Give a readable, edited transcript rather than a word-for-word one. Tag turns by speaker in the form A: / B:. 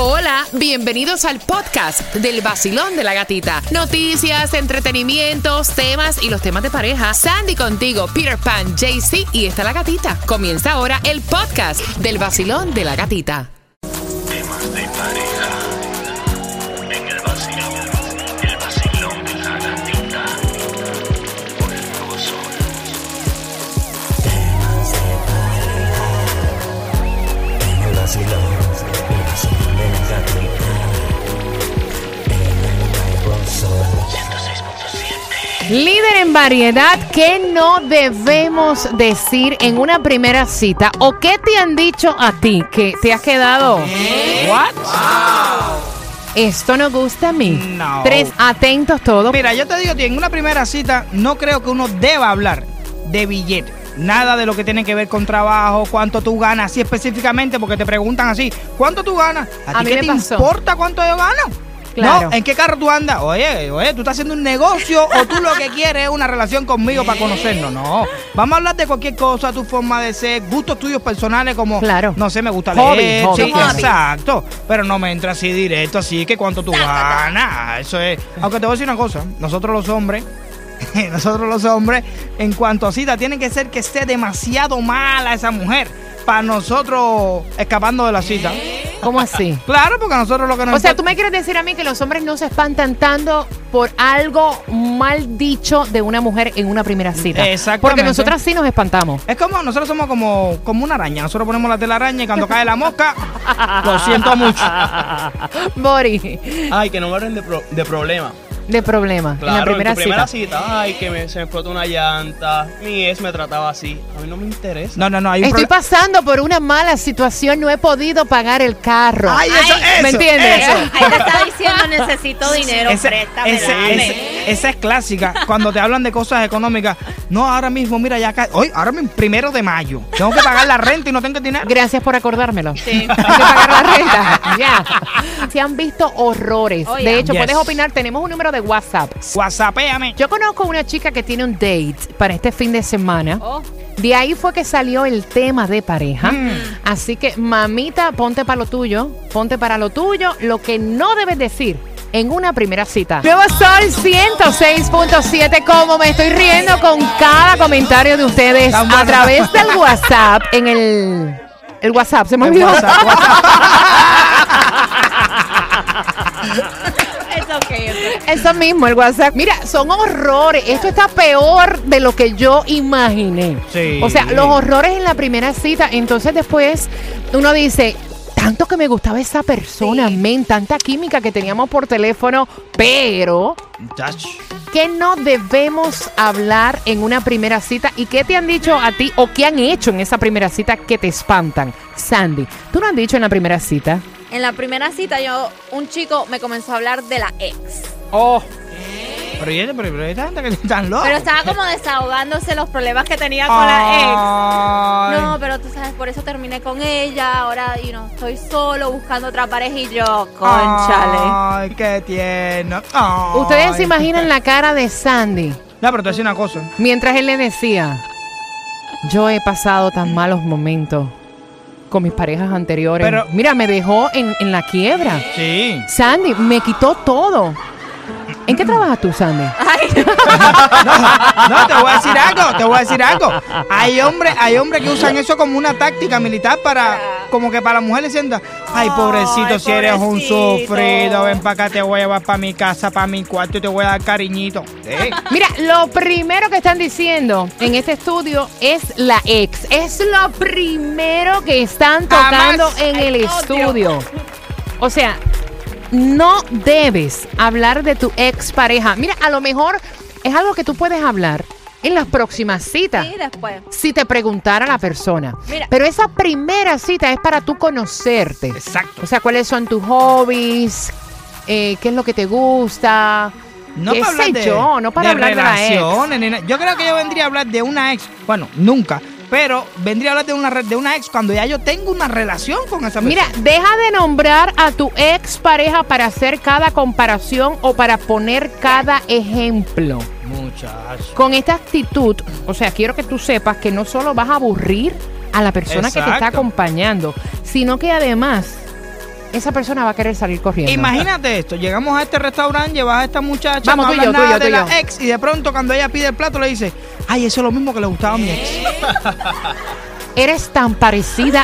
A: Hola, bienvenidos al podcast del Vacilón de la Gatita. Noticias, entretenimientos, temas y los temas de pareja. Sandy contigo, Peter Pan, JC y está la gatita. Comienza ahora el podcast del Vacilón de la Gatita.
B: Temas de pareja en el vacilón de la gatita. Por el nuevo sol.
C: Temas de pareja en el vacilón de la gatita. En el nuevo sol.
B: 106.7.
A: Líder en variedad, ¿qué no debemos decir en una primera cita? ¿O qué te han dicho a ti que te has quedado?
D: ¿What?
A: Esto no gusta a mí.
D: No.
A: 3, atentos todos.
D: Mira, yo te digo, en una primera cita no creo que uno deba hablar de billete. Nada de lo que tiene que ver con trabajo, cuánto tú ganas, así específicamente, porque te preguntan así, ¿cuánto tú ganas?
A: A
D: ti
A: mí
D: qué
A: me
D: te
A: pasó.
D: importa cuánto yo gano?
A: Claro.
D: No, ¿en qué carro tú andas? Oye, tú estás haciendo un negocio o tú lo que quieres es una relación conmigo para conocernos. No, vamos a hablar de cualquier cosa, tu forma de ser, gustos tuyos personales como,
A: Claro.
D: no sé, me gusta
A: Hobby,
D: leer.
A: hobby.
D: Sí,
A: Hobby.
D: exacto, pero no me entra así directo, así que cuánto tú ganas. Eso es, aunque te voy a decir una cosa, nosotros los hombres, en cuanto a cita, tiene que ser que esté demasiado mala esa mujer para nosotros escapando de la cita.
A: ¿Cómo así?
D: Claro, porque a nosotros lo que nos
A: O sea,
D: importa-
A: tú me quieres decir a mí que los hombres no se espantan tanto por algo mal dicho de una mujer en una primera cita.
D: Exactamente.
A: Porque nosotras sí nos espantamos.
D: Es como, nosotros somos como una araña. Nosotros ponemos la telaraña y cuando cae la mosca, lo siento mucho.
A: Bori,
E: Ay, que no me hablen de problemas.
A: de problema
E: Claro,
A: en la primera
E: tu primera
A: cita.
E: cita. Ay, que se me explotó una llanta. Mi ex me trataba así. A mí no me interesa.
D: No, hay un
A: Estoy
D: problema.
A: pasando por una mala situación, no he podido pagar el carro.
D: Ay, eso,
A: ¿me entiendes?
D: eso.
F: Ahí te está diciendo necesito dinero, préstame, dame.
D: Esa es clásica. Cuando te hablan de cosas económicas. No, ahora mismo, mira, hoy, ahora mismo, 1 de mayo. Tengo que pagar la renta y no tengo dinero.
A: Gracias por acordármelo.
F: Sí.
A: Hay que pagar la renta. Ya. Se han visto horrores.
F: Oh,
A: De
F: yeah.
A: hecho,
D: Yes.
A: puedes opinar. Tenemos un número de WhatsApp.
D: WhatsAppéame.
A: Yo conozco una chica que tiene un date para este fin de semana.
F: Oh,
A: De ahí fue que salió el tema de pareja. Así que, mamita, ponte para lo tuyo. Ponte para lo tuyo. Lo que no debes decir en una primera cita. Nuevo Sol 106.7. Como me estoy riendo con cada comentario de ustedes
D: Tan
A: a
D: bueno.
A: través del WhatsApp. En el WhatsApp, se me olvidó.
D: WhatsApp.
F: it's okay.
A: Eso mismo, el WhatsApp. Mira, son horrores. Esto está peor de lo que yo imaginé.
D: Sí.
A: O sea, los horrores en la primera cita. Entonces después uno dice, tanto que me gustaba esa persona, men, tanta química que teníamos por teléfono, pero
D: Touch.
A: ¿qué no debemos hablar en una primera cita? ¿Y qué te han dicho a ti o qué han hecho en esa primera cita que te espantan? Sandy, ¿tú no has dicho en la primera cita?
F: En la primera cita, un chico me comenzó a hablar de la ex.
A: Oh,
D: Pero esta gente que están locos.
F: Pero estaba como desahogándose los problemas que tenía con la ex. No, pero tú sabes, por eso terminé con ella. Ahora, estoy solo buscando otra pareja y yo, cónchale.
D: Ay, qué tierno. Ay.
A: ¿ustedes se imaginan la cara de Sandy
D: No, pero te voy a decir una cosa.
A: mientras él le decía, yo he pasado tan malos momentos con mis parejas anteriores?
D: Pero-
A: Mira, me dejó en la quiebra.
D: Sí.
A: Sandy, me quitó todo. ¿En qué trabajas tú, Sandy?
D: No, te voy a decir algo. Hay hombres que usan eso como una táctica militar para, como que para la mujer le sienta, ay, pobrecito,
F: Ay,
D: si eres un
F: pobrecito.
D: sufrido, ven para acá, te voy a llevar para mi casa, para mi cuarto y te voy a dar cariñito. Sí.
A: Mira, lo primero que están diciendo en este estudio es la ex. Es lo primero que están tocando
D: Jamás.
A: en el estudio. O sea, no debes hablar de tu ex pareja. Mira, a lo mejor es algo que tú puedes hablar en las próximas citas.
F: Sí, después.
A: Si te preguntara la persona.
F: Mira.
A: Pero esa primera cita es para tú conocerte.
D: Exacto.
A: O sea, cuáles son tus hobbies, qué es lo que te gusta.
D: No
A: qué
D: para hablar
A: sé
D: de,
A: yo, no para
D: de
A: hablar de la ex.
D: relaciones, ni nada. Yo creo que yo vendría a hablar de una ex. Bueno, nunca. Pero vendría a hablar de una ex cuando ya yo tengo una relación con esa persona.
A: Mira, deja de nombrar a tu ex pareja para hacer cada comparación o para poner cada ejemplo.
D: Muchachos.
A: Con esta actitud, o sea, quiero que tú sepas que no solo vas a aburrir a la persona que te está
D: Exacto.
A: acompañando, sino que además esa persona va a querer salir corriendo.
D: Imagínate esto, llegamos a este restaurante, llevas a esta muchacha,
A: Vamos,
D: no
A: tú y
D: hablas
A: yo, tú y
D: nada
A: yo, tú
D: de
A: y
D: la
A: yo.
D: ex, y de pronto cuando ella pide el plato le dice, ay, eso es lo mismo que le gustaba a mi ex.
A: Eres tan parecida